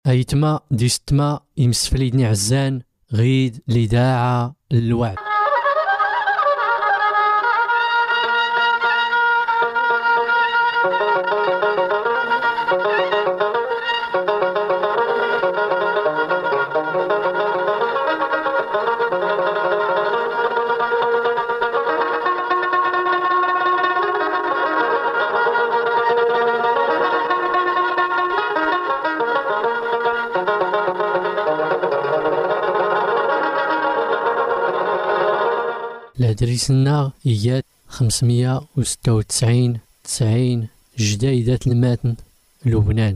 أيتما ديستما يمسفليدني عزان غيد لداعة الوعد. الهدريسنا إيات 596 جديدة الماتن لبنان.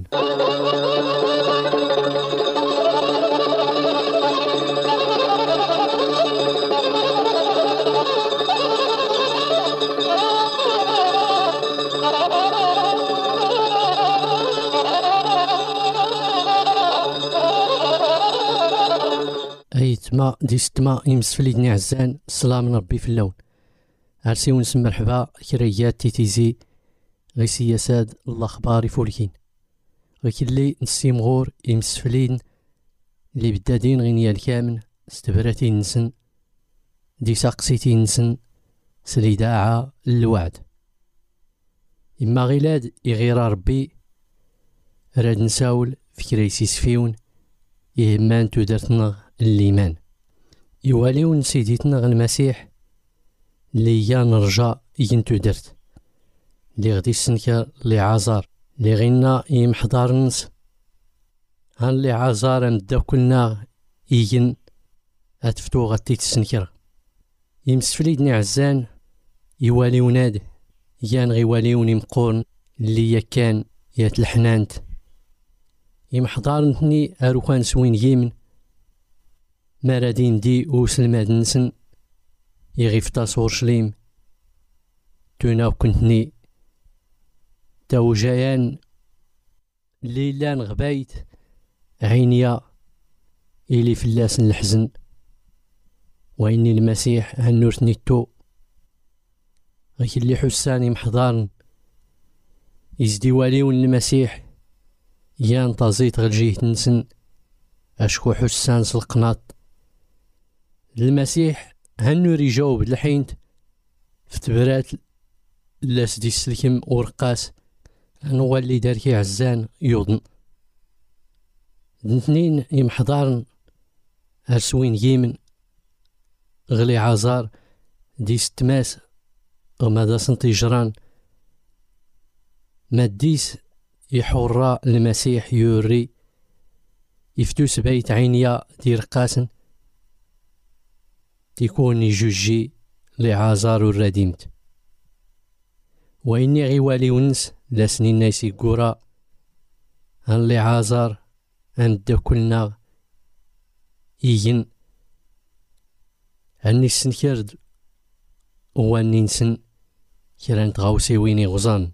أيتما ديستما يمسفليدني عزان السلام من ربي في اللون. عرسي ونسم مرحبا كريات تيتيزي غي سياساد الأخبار فولكين غيكي اللي نسيمغور يمسفلين اللي بدادين غينيا الكامن استبراتي نسن دي ساقسيتي نسن سليداعة الوعد. إما غيلاد يغير ربي راد نساول فكريسي سفيون يهمان تودرتنا الليمان يواليون سيديتنا المسيح اللي يا نرجع ينتو درت اللي غدي السنكر اللي عازار اللي غينا يمحضار نس هان اللي عازار نبدا كلنا يجن اتفتو غتي تسنكر يمسفليدني عزان يوالي وناد يان غيواليوني مقورن اللي يكان يتلحنانت يمحضارنتني اروكان سوين يمن مارادين دي وسلماد نسن يغيفتا سورشليم تونا وكنتني تاو جايان ليلان غبايت عينيا إلي فلاس الحزن وإني المسيح هنورتني التو غيك اللي حساني محضارن يزدي واليون المسيح يان طازيت غلجيه نسن أشكو حسان سلقناط المسيح هنور يجاوب الحين فتبرات لاس دي السلكم ورقاس انو اللي داركي عزان يوضن الاثنين يمحضارن هرسوين يمن غلي عازار دي ستماس وماذا سنتي جران ماديس يحورا المسيح يوري يفتوس بيت عينيا دير قاسن تيكون يجوجي لعازار الرديمت وإني غيوالي ونس لسنين نايسي قورا هن لعازار عند كلنا يجن هني السنكرد واني نسن كرانت غاوسي ويني غزان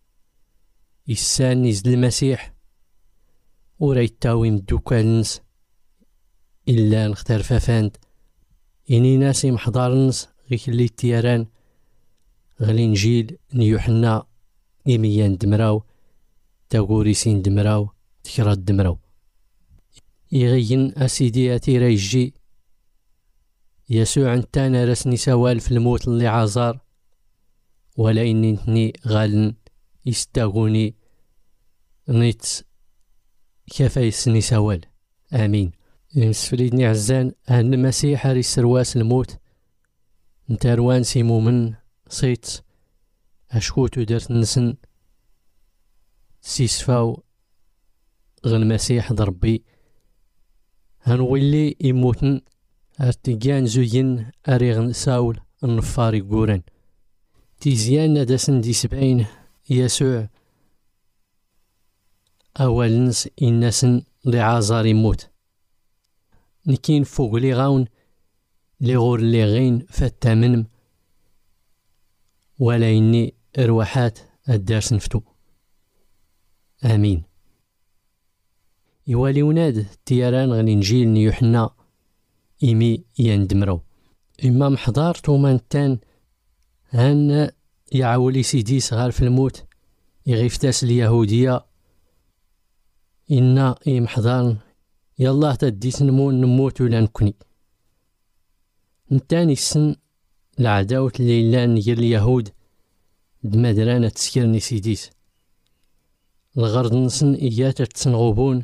يساني زد المسيح وريتاوي مدوكالنس إلا نختار فافاند إني ناسي محضارنس غيك اللي تيران غلي نجيل نيوحنا إميان دمراو تاغوري سين دمراو تكراد دمراو يغين أسيدياتي ريجي يسوع انتانا رسني سوال في الموت اللي عازار ولا إني نتني غالن يستاغوني نيتس كيف يسني سوال آمين. يمسفليدني عزان أهل المسيح هاري سرواس الموت نتاروان سيمو من صيت أشكوتو درت نسن سيسفاو غن المسيح ضربي هنولي يموتن ارتقان زوين أريغن ساول النفاري قورن تيزيان ندسن دي 70 يسوع أول نس إنسن لعازار يموت نكين فوق لي غاون لي غور لي غين فالتامنم ولا إني إرواحات الدارس نفتو آمين. يوالي وناد تياران غني نجيل نيوحنا إيمي يندمرو إما محضار تومانتان هان يعولي سيدي صغار في الموت يغيفتاس اليهودية إنا محضان يالله تديت نموت ولا نكوني. نتاني السن العداوة الليلان ديال اليهود دمادرانة تسكرني سيديس الغرض نسن إيات تسنغوبون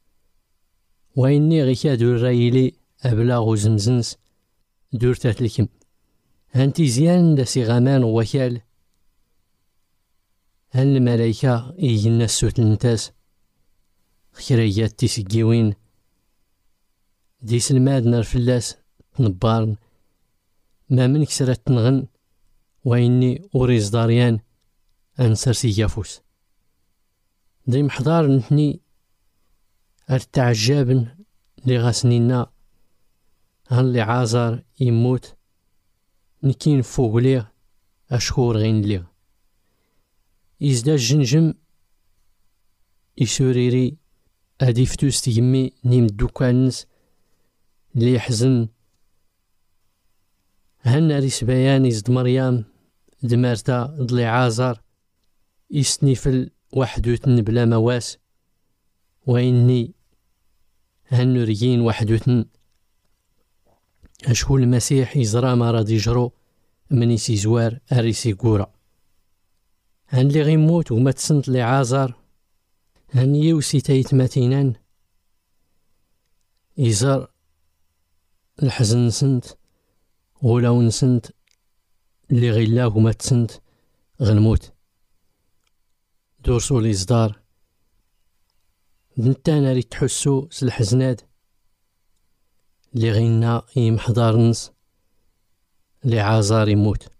وإني غيكا دور رايلي أبلاغ زمزنس دور تاتلكم هانتي زيان داسي غامان وكال هل الملايكة إيجنا السوت لنتاس خيريات تيسقيوين ديس الماد نار فلاس تنبارن ما من كسرت تنغن وإني أوريز داريان أنسرسي جافوس دي محضار نتني ارتعجابن لغاسنينا هاللي عازر يموت نكين فوق ليغ أشكور غين ليغ إزدا الجنجم إسوريري أدي فتوس تيمي نيم الدوكانس اللي يحزن هن ريس بيان إزد مريم دمارتا ضلي عازر إسنيفل وحدوتن بلا مواس وإني هن ريين وحدوتن أشكو المسيح يزرى ما راد يجرو من يسي زوار أريسي قورا هن لي غيموت وما تسنت لي عازر هن يوسي تيتماتينان يزر الحزن نسنت ولو نسنت اللي غيلاه وما تسنت غنموت دورسو لي صدار نتانا ريت تحسو سالحزناد اللي غينا يمحضارنس اللي عازار يموت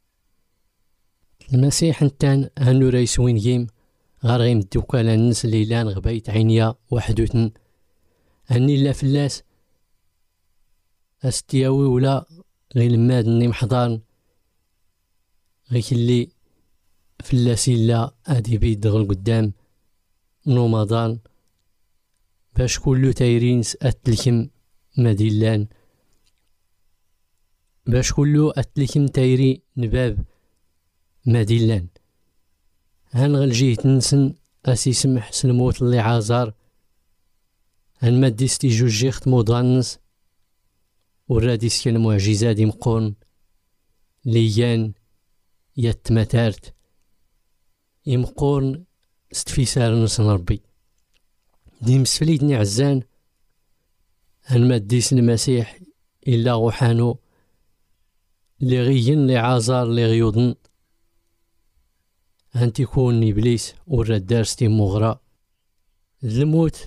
المسيح نتان هنو ريس وين جيم غار غيم الدوكالا الناس اللي لان غبايت عينيا وحدوتن هني لا فلاس استياوي ولا غير الماد ني محضارن غير اللي فلاسي لا ادي بيد دغل قدام نومضان باش كلو تايرينس اتلكم مديلان باش كلو اتلكم تايري نباب مديلان هنغل جيت نسن اسي سمح سلموت اللي عازار هن ماديستي جوج جيخت مودانس وراديس كان معجزة دي مقون ليان يتمتارت يمقورن استفيسار نسن ربي دي مسفليتني عزان هن ماديس المسيح إلا غوحانو لي غيين لي عازار لي غيوضن هن تيكون إبليس وراد دارستي مغرى الموت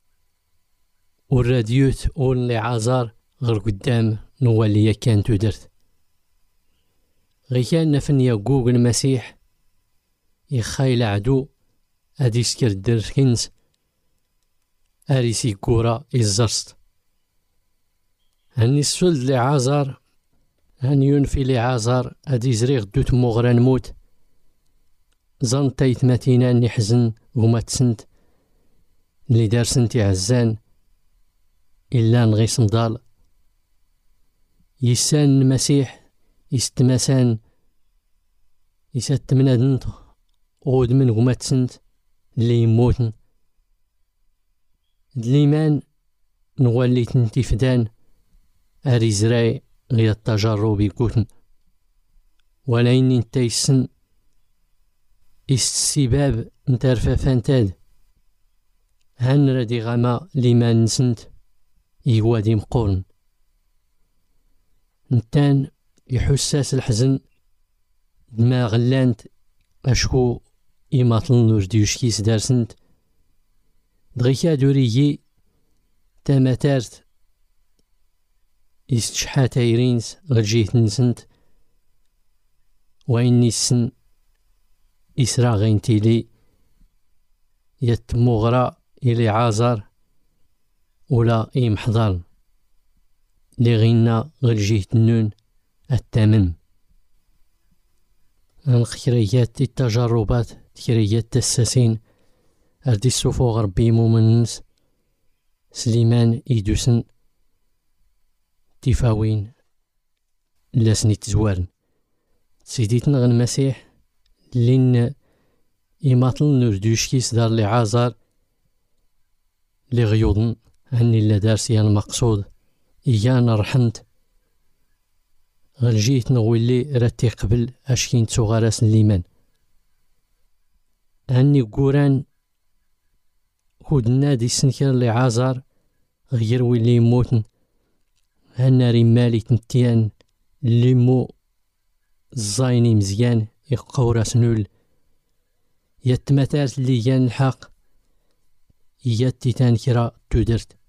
والراديوت أول لي عازار غير قدام نواليا كانتو درت غي كان نفن يقوق المسيح يخايل عدو ادي سكر دركنس اريسي كورا الزرست هني السولد لي عازر هن ينفي لي عازر ادي زريغ دوت مغرى نموت زن تايت ماتينا نحزن وما تسنت اللي دار سنتي عزان إلا نغي صندال يسان المسيح يستمسان يسات منادنت غود من وما تسنت اللي يموتن دليمان نوالي تنتي فدان اري زراي غير التجرب يكوتن ولين انت يسن السباب نترفا فانتاد هن ردي غما لما نسنت يوادي مقورن نتان يحساس الحزن ما غلانت اشكو إماطل نورديوش كيس دارسنت دغيكا دوريجي تاماتارت يستشحا تايرينس غرجيت نسنت وإني السن إسرا غينتيلي يتمغرى إلي عازر ولا إمحضر لي غينا غرجيت النون التامن الخيريات التجربات تكريات تساسين أردي السفو غربي مومنس سليمان إيدوسن تفاوين لاسني تزوارن سيديتنا غن مسيح لين إماطل نردوش كيس دار لي عازر لي غيوضن هني لا دارسي المقصود إيانا رحمت غلجيت نغولي راتي قبل أشكين تغارس الليمان هني قوران كودنا دي سنكر اللي عازر غير ويلي يموتن هنا رمالي تنتيان اللي مو الزايني مزيان يقورس نول يتمثال اللي جان الحق ياتي كرا تودرت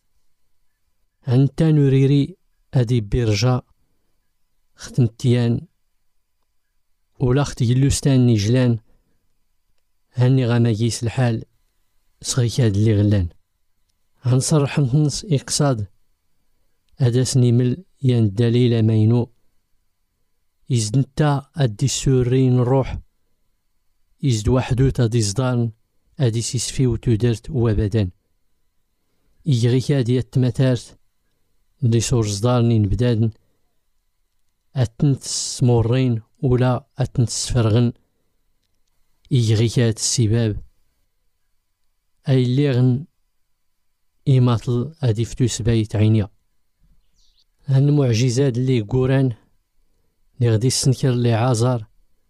انت نوريري ادي بيرجا ختنتيان ولا خت يلوستان نجلان هاني غماقيس الحال صغيك هاد اللي غلان هنصرح نص اقصاد اداسني مل ين الدليل ماينو إزدنتا أدي السورين نروح إزد وحدو تادي صدارن أدي سيسفي وتودرت وابدا إيغيك أدي التمتارت دي سور صدارني نبدادن أتنت سمورين ولا أتنت سفرغن إيغيك أدي السباب أي الليغن إيماطل أدي فتو سبايت عينيا هن معجزات اللي قوران اللي غدي السنكر اللي عازر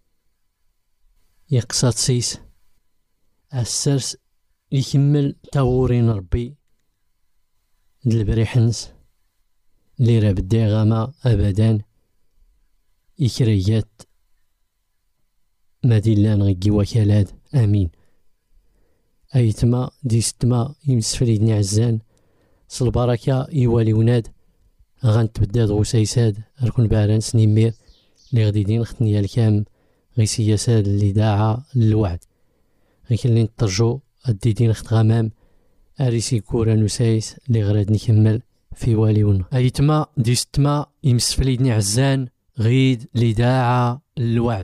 يقصاد سيس السرس يكمل تاورين ربي البريحنس اللي راه بدي غاما ابدا يكريات مدينة غيكي وكالات امين ايتما ديستما يمسفريدني عزان صالبركة يوالي وناد غنتبداد غسيساد ركن بعران سنيمير اللي غادي دين ختنيا الكام غي سياسات اللي داعا للوعد غي كلي نطرجو ادي دين خت غمام اريسي كورا نسايس اللي غراد نكمل في واليون ايتما ديستما يمسفليدني عزان غيد اللي داعا للوعد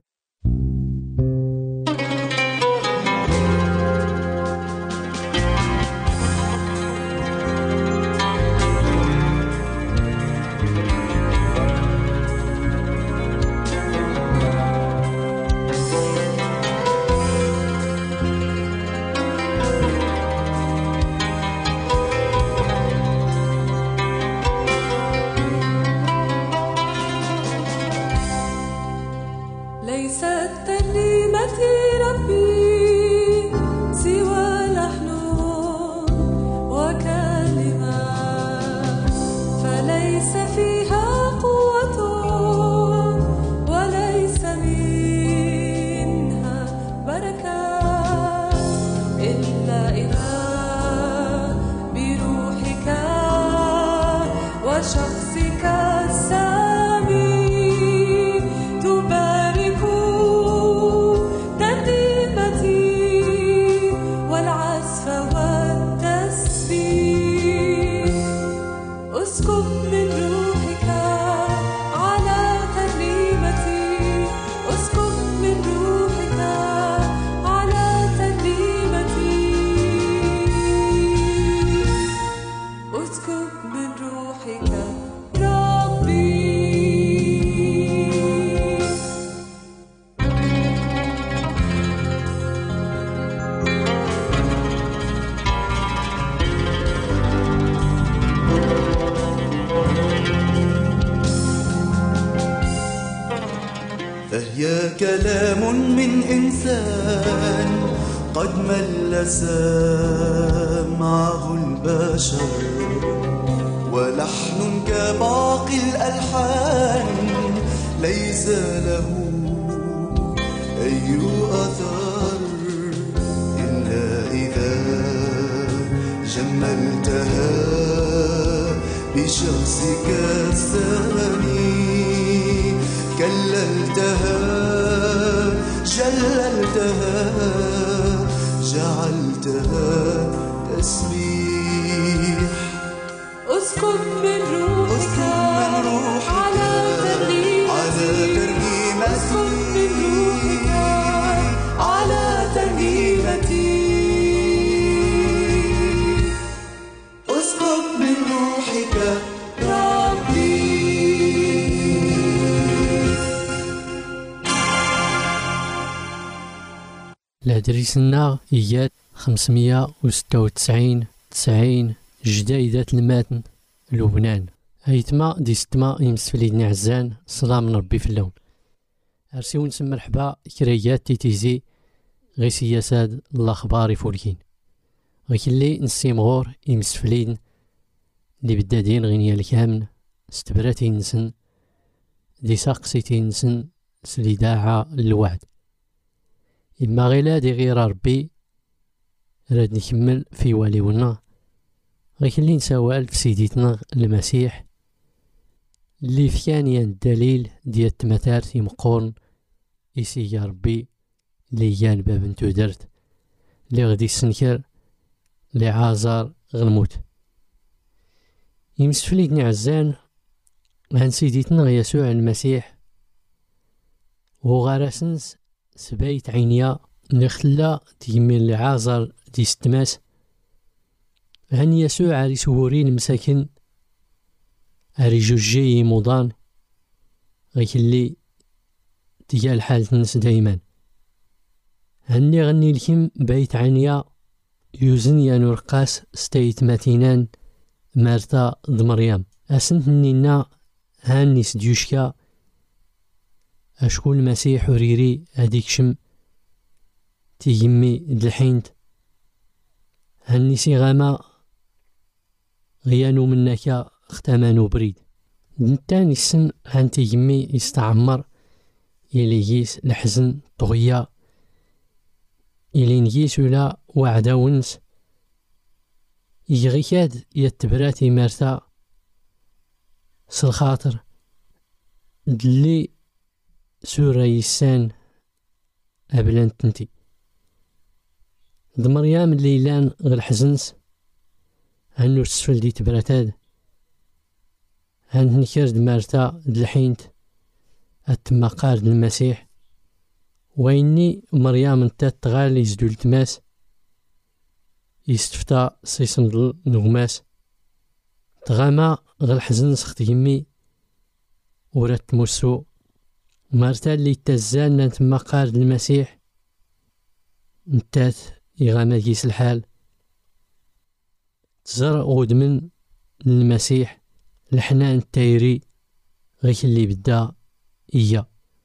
فهي كلام من إنسان قد مل سمعه البشر ولحن كباقي الألحان ليس له أي أثر إلا إذا جملتها بشخصك الثاني كللتها جللتها جعلتها تسبيح اسكب من روحك على ترنيمتي اسكب من روحك على ترنيمتي اسكب من روحك العدريس الناغ إيات 596 90 جديدة الماتن لبنان. أيتما دي ستما يمسفليدني عزان صلاة من ربي في اللون. أرسيو نسمى مرحبا كريات تيتيزي غي سياساد الأخبار فولكين غي اللي نسيمغور يمسفليدن اللي بدادين غينيا الكامن استبراتي نسن دي ساقسيتي نسن سليداعة الوعد. إما غيلا دي غير ربي راد نكمل في واليونا غي اللي نسوال في سيديتنا المسيح اللي فياني الدليل ديال التمثار تيمقورن إيسي يا ربي اللي يان باب نتو درت اللي غدي السنكر اللي عازر غنموت. يمسفليدني عزان عن سيديتنا يسوع المسيح وغارسنس سبايت عينيا اللي خلا تيمين اللي عازر دي ستماس عن يسوع عري سورين مساكن عري جوجي مضان غيك اللي تيال حالة الناس دايما هني غني لكم بيت عنيا يوزن يا نورقاس ستيت ماتينان مارتا مريم أسنت نينا هاني سديوشكا أشكو المسيح وريري هاديك شم تيجمي دلحينت هاني سيغاما غيانو منك اختمانو بريد نتاني السن هان تيجمي يستعمر يليجيس الحزن طغيا إلي نجيس ولا وعدا ونس يغيكاد يتبراتي مارتا سالخاطر دلي سورة يسان أبلان تنتي مريم اللي لان غير حزنس هنو تسفل دي تبراتاد هن نكرد مارتا دلحينت أتما قارد المسيح ويني مريم انتات تغالي يزدو التماس يستفتا سيسندل نغماس تغاما غير حزن سخت يمي ورات موسو مارتا اللي تزال نتما قارد المسيح انتات يغاما كيس الحال تزرع غدمن للمسيح الحنان التايري غيك اللي بدا إيا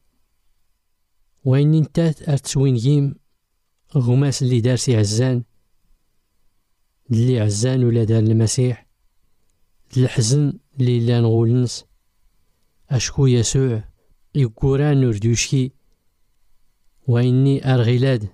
وين نتات أرتسوين جيم غماس اللي دارسي عزان اللي عزان ولا دار المسيح الحزن اللي لا نغولنس أشكو يسوع يقوران نردوشكي وإني أرغلاد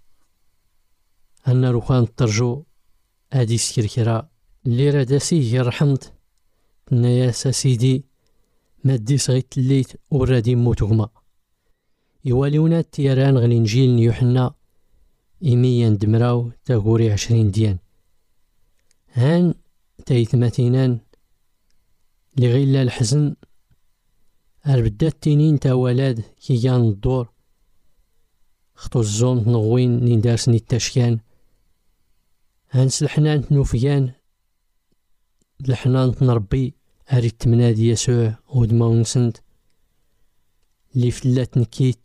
أنا روخان ترجو أدي سكركرا اللي راداسي يرحمت نياس سيدي مادي صغيت الليت ورادي موتوهما يواليونا تيران غالينجيل نيوحنا إيميا دمراو تاغوري 20 ديان هان تايثماتينان لغيلا الحزن أربدات تينين تا ولاد كيان الدور خطو الزوم تنغوين ندارسني التشكان هانس الحنان تنوفيان الحنان تنربي أريد تمنادي يسوع ودما ونسنت اللي فلات نكيت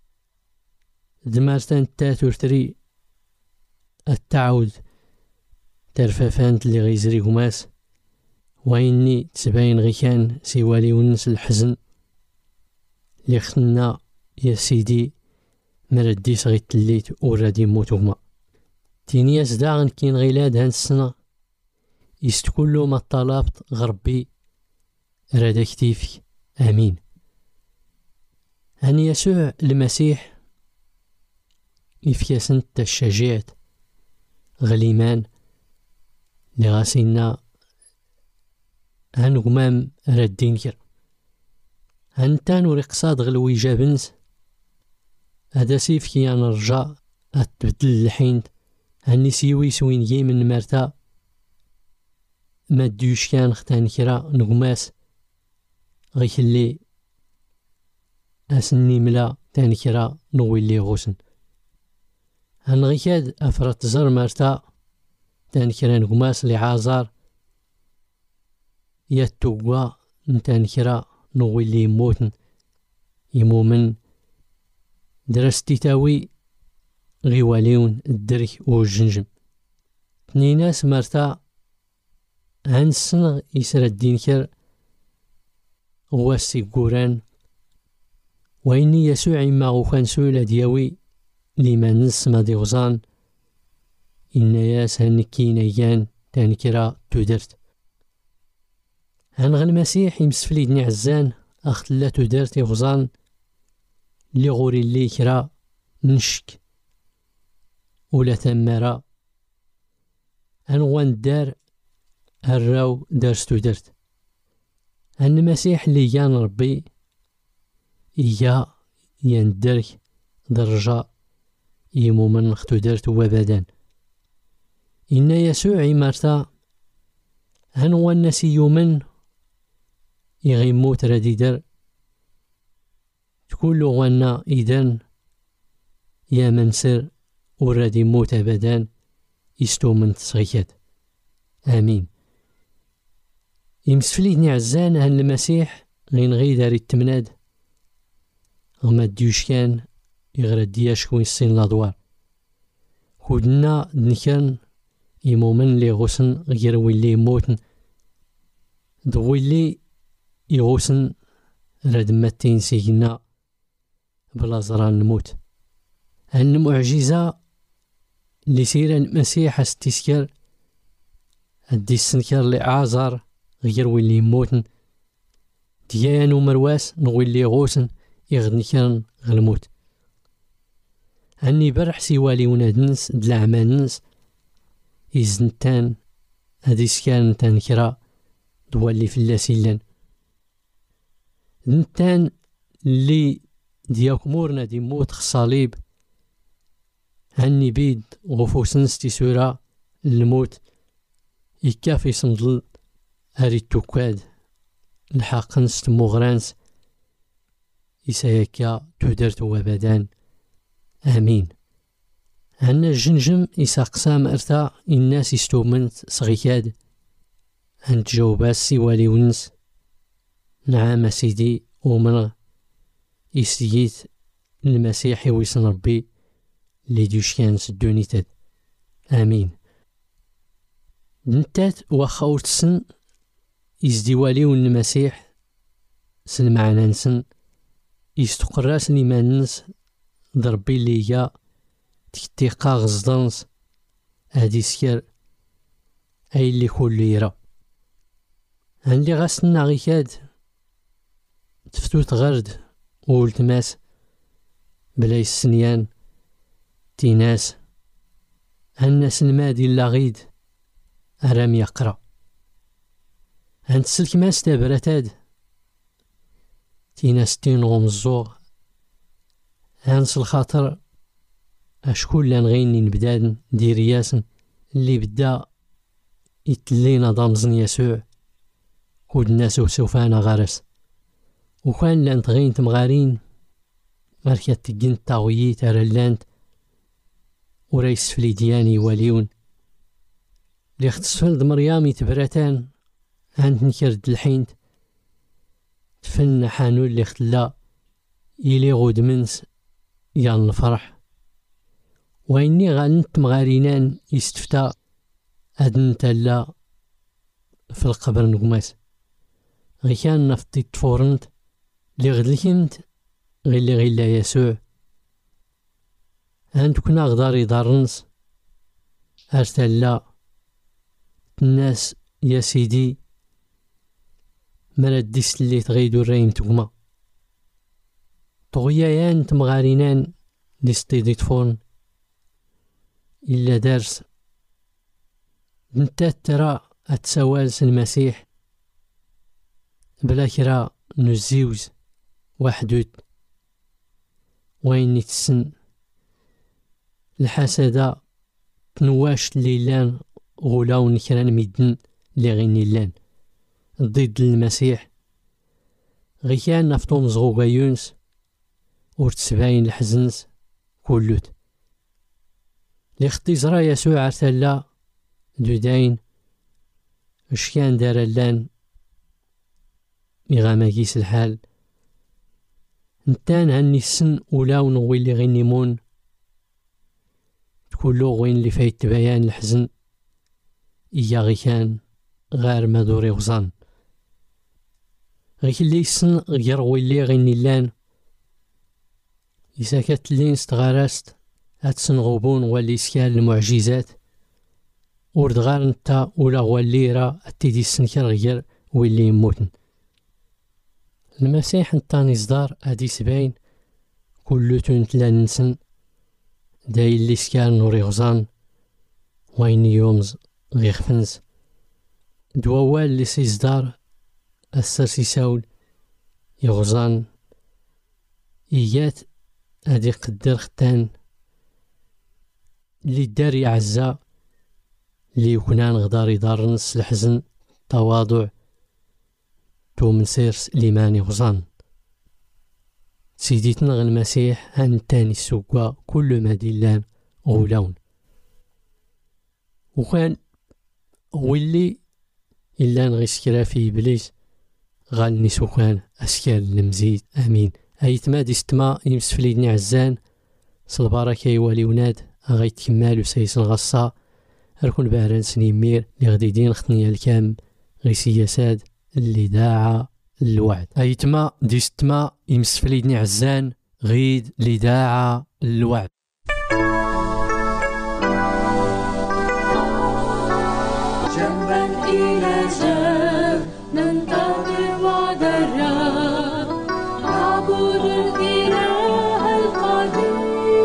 دمارتان تاتور تري التعود ترفافانت اللي غيزري غماس ويني تسباين غيكان سيوالي ونس الحزن اللي خلنا يا سيدي مردي صغيت الليت ورادي موتوهما تينيا زداغن كين غيلاد هان السنة يستكلو ما طلبت غربي رادا كتيفك آمين. هان يسوع المسيح يفياسن تشجيعت غليمان لغاسينا هان غمام رادين كر هان تانو رقصاد غلوي جابنس هذا سيف كي انا رجع اتبدل الحين هاني سيوي سوين جي من مرتا ما ديوش كان ختان كرا نغماس غيك اللي اسني ملا تاني كرا نوي اللي غوسن هان غيكاد افرط زر مرتا تاني كرا نغماس اللي عازار يتوقع نتاني كرا نوي اللي يموتن يمومن درستي تاوي غيواليون الدرك والجنجم تنيناس مرتا هنسن يسرى الدين كر هو السيقوران وإني يسوع ما غوخان سويلة دياوي لما نسمى دي غزان إن ياس هنكين أيان تانكرا تودرت هنغ المسيح يمسفلي دني عزان أخت لا تودرت غزان لي غوري اللي كرا نشك ولا تمارا هنغوان دار هراو دارس تودرت هن المسيح اللي يان ربي إيا يندرك درجة يمومن اختدرت وبدان إن يسوع مرتا هنو الناس يومن يغيموت رديدر تقول له غنا إذن يا منسر وردي موت أبدان يستومن تصغيكات آمين. يمسفليدني عزان هن المسيح غين غيدار التمناد غما ديوش كان يغرد دياش كوين السين الأدوار خودنا دنكان يمومن لي غوسن غير ويلي يموتن دويلي يغوسن راد ماتين سيجنا بلا زران نموت هن معجزة اللي سيرا المسيح استسكر هدي السنكر لعازر غير ويلي يموتن ديان ومرواس نويلي غوسن يغدني كان غلموت هني برح سيوالي ونادنس دلعماننس يزنتان هادي سكان تنكرا دوالي في اللاسيلان نتان اللي دياك مورنا دي موت خصاليب هني بيد غفوسنس تيسورا الموت يكافي صندل هاري التوكاد الحاقنس تموغرانس إسايكا تودرت وبدان آمين. هنا الجنجم إساقسام إرتا الناس يستومنت صغيكاد هنت جوباس سيوالي ونس نعم سيدي ومن يسييت المسيح ويسن ربي اللي ديوش كان سدوني تد آمين. نتات وخاوت سن يزديوالي ون المسيح سن معنا نسن يستقراس لماننس ضربي ليا تكتيقا غزدانس هادي سكر اي اللي كل ليرا هنلي غاسنا غيكاد تفتوت غرد والتماس بلا السنيان تيناس هالناس المادي اللاغيد ارام يقرا هنتسلك ماس تابرتاد تيناس تينغم الزوغ هانس الخاطر اشكون لان غيني نبداد دير ياسن اللي بدا يتلينا ضامزن يسوع كود الناس وسوفانا غارس وكان لان تغين تمغارين ماركات تجين تاوييت ارلانت وريس فليدياني واليون اللي اختصفلد مريامي تبرتان عند نكرد الحينت تفن حانو اللي اختلا يلي غود منس يان الفرح وإني غانت مغارينان يستفتا هادن تالا في القبر نقماس غي كان نفطي تفورنت لي غدلكنت غير لا يسوع هانت كنا غداري دارنس ارتلا الناس يا سيدي مرا ديس اللي تغيدو الرين تقما طغيان تمغارينان لستيدي تفون إلا دارس نتا ترى أتسوالس المسيح بلا كرا نزيوز وحدود وين يتسن الحسدة تنواش الليلان غولاو نكران ميدن لي غيني لان ضد المسيح غي كان نفطوم زغوغا يونس ورتسباين الحزنس كلوت لي خطي زرا يسوع ارتلا دوداين اش كان دار اللان يغاماكيس الحال نتان هني السن ولاو نغوي اللي غينيمون تكون لو غوين اللي فايت تبايان الحزن إيا غي كان غير ما دوري غزان غير اللي يسن غير ويلي غيني لان إذا كانت لين استغارست هاتسن غبون واللي سكال المعجزات ورد غار نتا ولا هو اللي راه اتيدي السنكر غير واللي يموتن. المسيح نتاني صدار هادي سبعين كل تلا نسن داي اللي سكال نوري غزان وين يومز غير خفنز دواوال اللي سيزدار السرسي ساول يغزان إيات هادي قدر ختان اللي دار يعزا اللي يكونان غدار يدار نص الحزن تواضع تو من سيرس الإيمان يغزان سيديتنا غ المسيح هان تاني السوقا كل ما ديلان غولون وكان واللي إلا نغيسكرا في إبليس غال نسوكان أسكال المزيد آمين. أيتما ديستما يمسفليدني عزان صلبارك يوالي وناد أغيت كمال وسيسن غصا أركون باران سنيمير لغديدين ختنيا الكام غي سياساد اللي داعا الوعد. أيتما ديستما يمسفليدني عزان غيد اللي داعا الوعد. جنبا إلى جنب ننتظر وعد الرب نعبد الإله القدير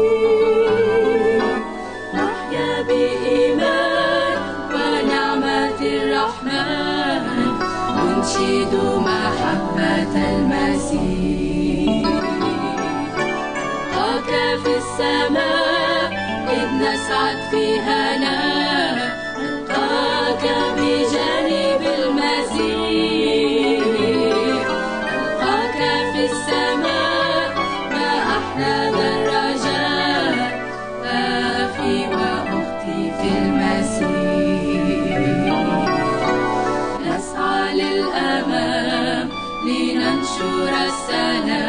نحيا بإيمان ونعمة الرحمن ننشد محبة المسيح هكا في السماء إذ نسعد في هناء بجانب المسيح ألقاك في السماء ما أحلى ذا الرجاء أخي وأختي في المسيح نسعى للأمام لننشر السلام